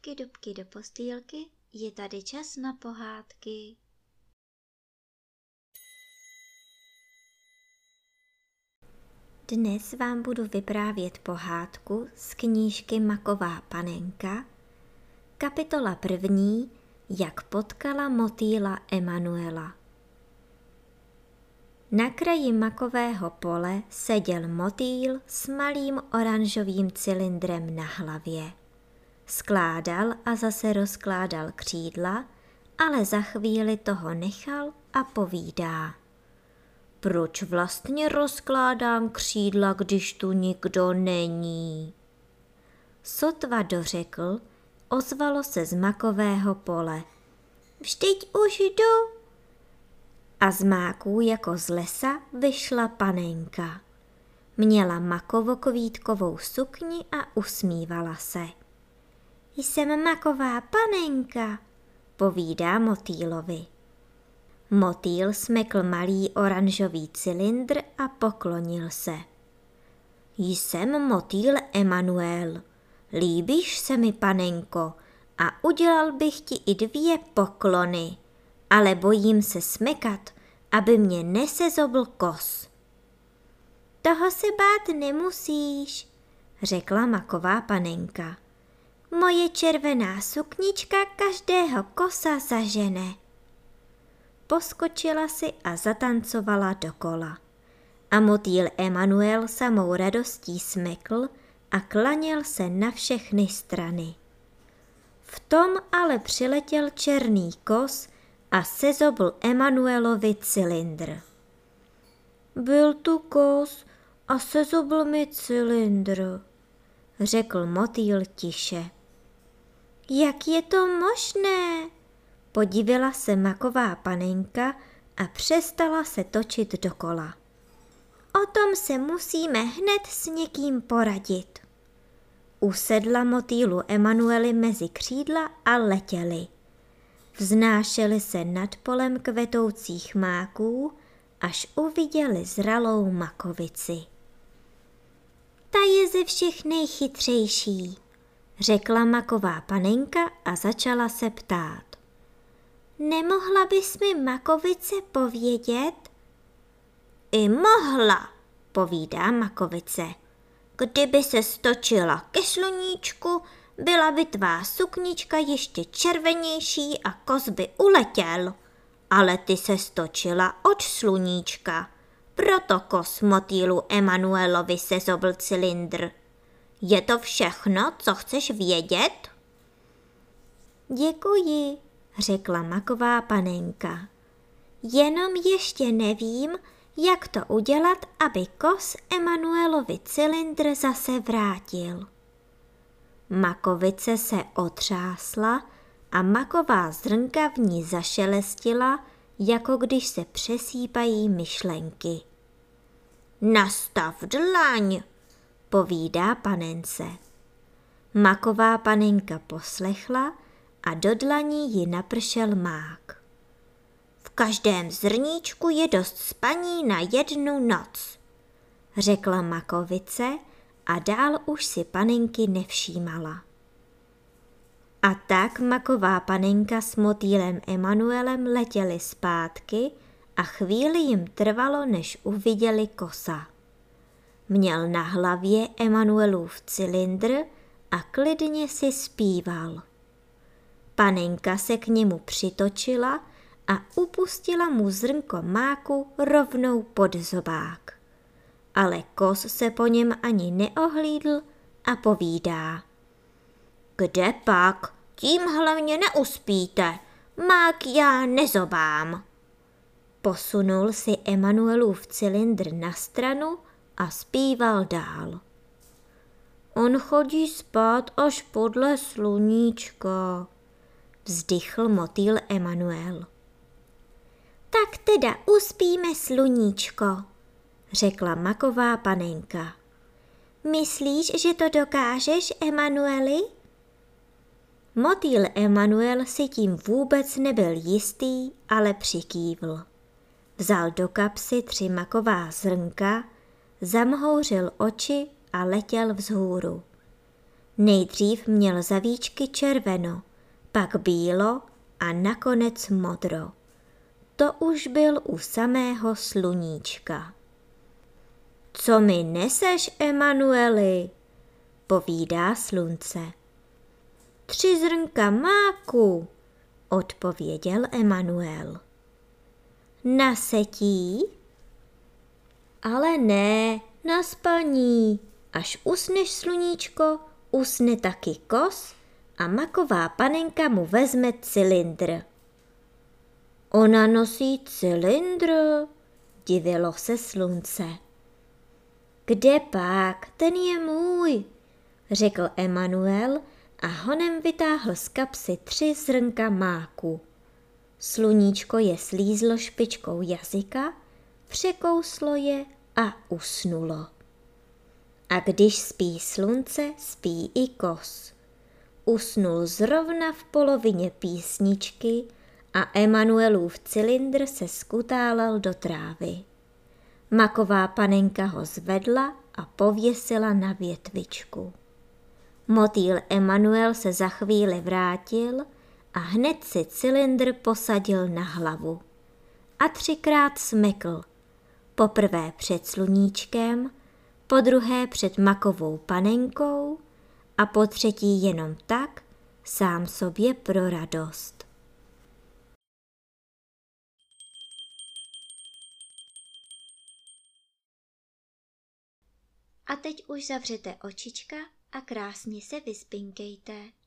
Dubky do postýlky, je tady čas na pohádky. Dnes vám budu vyprávět pohádku z knížky Maková panenka, kapitola 1. Jak potkala motýla Emanuela. Na kraji makového pole seděl motýl s malým oranžovým cylindrem na hlavě. Skládal a zase rozkládal křídla, ale za chvíli toho nechal a povídá. Proč vlastně rozkládám křídla, když tu nikdo není? Sotva dořekl, ozvalo se z makového pole. Vždyť už jdu. A z máků jako z lesa vyšla panenka. Měla makovo-kvítkovou sukni a usmívala se. Jsem maková panenka, povídá motýlovi. Motýl smekl malý oranžový cylindr a poklonil se. Jsem motýl Emanuel. Líbíš se mi, panenko, a udělal bych ti i 2 poklony, ale bojím se smekat, aby mě nesezobl kos. Toho se bát nemusíš, řekla maková panenka. Moje červená suknička každého kosa zažene. Poskočila si a zatancovala dokola. A motýl Emanuel samou radostí smekl a klaněl se na všechny strany. V tom ale přiletěl černý kos a sezobl Emanuelovi cylindr. Byl tu kos a sezobl mi cylindr, řekl motýl tiše. Jak je to možné? Podivila se maková panenka a přestala se točit dokola. O tom se musíme hned s někým poradit. Usedla motýlu Emanueli mezi křídla a letěli. Vznášeli se nad polem kvetoucích máků, až uviděli zralou makovici. Ta je ze všech nejchytřejší, řekla maková panenka a začala se ptát. Nemohla bys mi, makovice, povědět? I mohla, povídá makovice. Kdyby se stočila ke sluníčku, byla by tvá suknička ještě červenější a kos by uletěl. Ale ty se stočila od sluníčka, proto kos motýlu Emanuelovi sezobl cylindr. Je to všechno, co chceš vědět? Děkuji, řekla maková panenka. Jenom ještě nevím, jak to udělat, aby kos Emanuelovi cylindr zase vrátil. Makovice se otřásla a maková zrnka v ní zašelestila, jako když se přesýpají myšlenky. Nastav dlaň, povídá panence. Maková panenka poslechla a do dlaní ji napršel mák. V každém zrníčku je dost spaní na 1 noc, řekla makovice a dál už si panenky nevšímala. A tak maková panenka s motýlem Emanuelem letěli zpátky a chvíli jim trvalo, než uviděli kosa. Měl na hlavě Emanuelův cylindr a klidně si zpíval. Panenka se k němu přitočila a upustila mu zrnko máku rovnou pod zobák. Ale kos se po něm ani neohlídl a povídá. Kde pak? Tím hlavně neuspíte, mák já nezobám. Posunul si Emanuelův cylindr na stranu a zpíval dál. On chodí spát až podle sluníčka, vzdychl motýl Emanuel. Tak teda uspíme, sluníčko, řekla maková panenka. Myslíš, že to dokážeš, Emanueli? Motýl Emanuel si tím vůbec nebyl jistý, ale přikývl. Vzal do kapsy 3 maková zrnka, zamhouřil oči a letěl vzhůru. Nejdřív měl za víčky červeno, pak bílo a nakonec modro. To už byl u samého sluníčka. Co mi neseš, Emanueli? Povídá slunce. 3 zrnka máku, odpověděl Emanuel. Na setí? Ale ne, na spaní. Až usneš, sluníčko, usne taky kos a maková panenka mu vezme cylindr. Ona nosí cylindr, divilo se slunce. Kde pak, ten je můj, řekl Emanuel a honem vytáhl z kapsy 3 zrnka máku. Sluníčko je slízlo špičkou jazyka, překouslo je a usnulo. A když spí slunce, spí i kos. Usnul zrovna v polovině písničky a Emanuelův cylindr se skutálel do trávy. Maková panenka ho zvedla a pověsila na větvičku. Motýl Emanuel se za chvíli vrátil a hned si cylindr posadil na hlavu. A 3krát smekl. Poprvé před sluníčkem, podruhé před makovou panenkou a potřetí jenom tak, sám sobě pro radost. A teď už zavřete očička a krásně se vyspinkejte.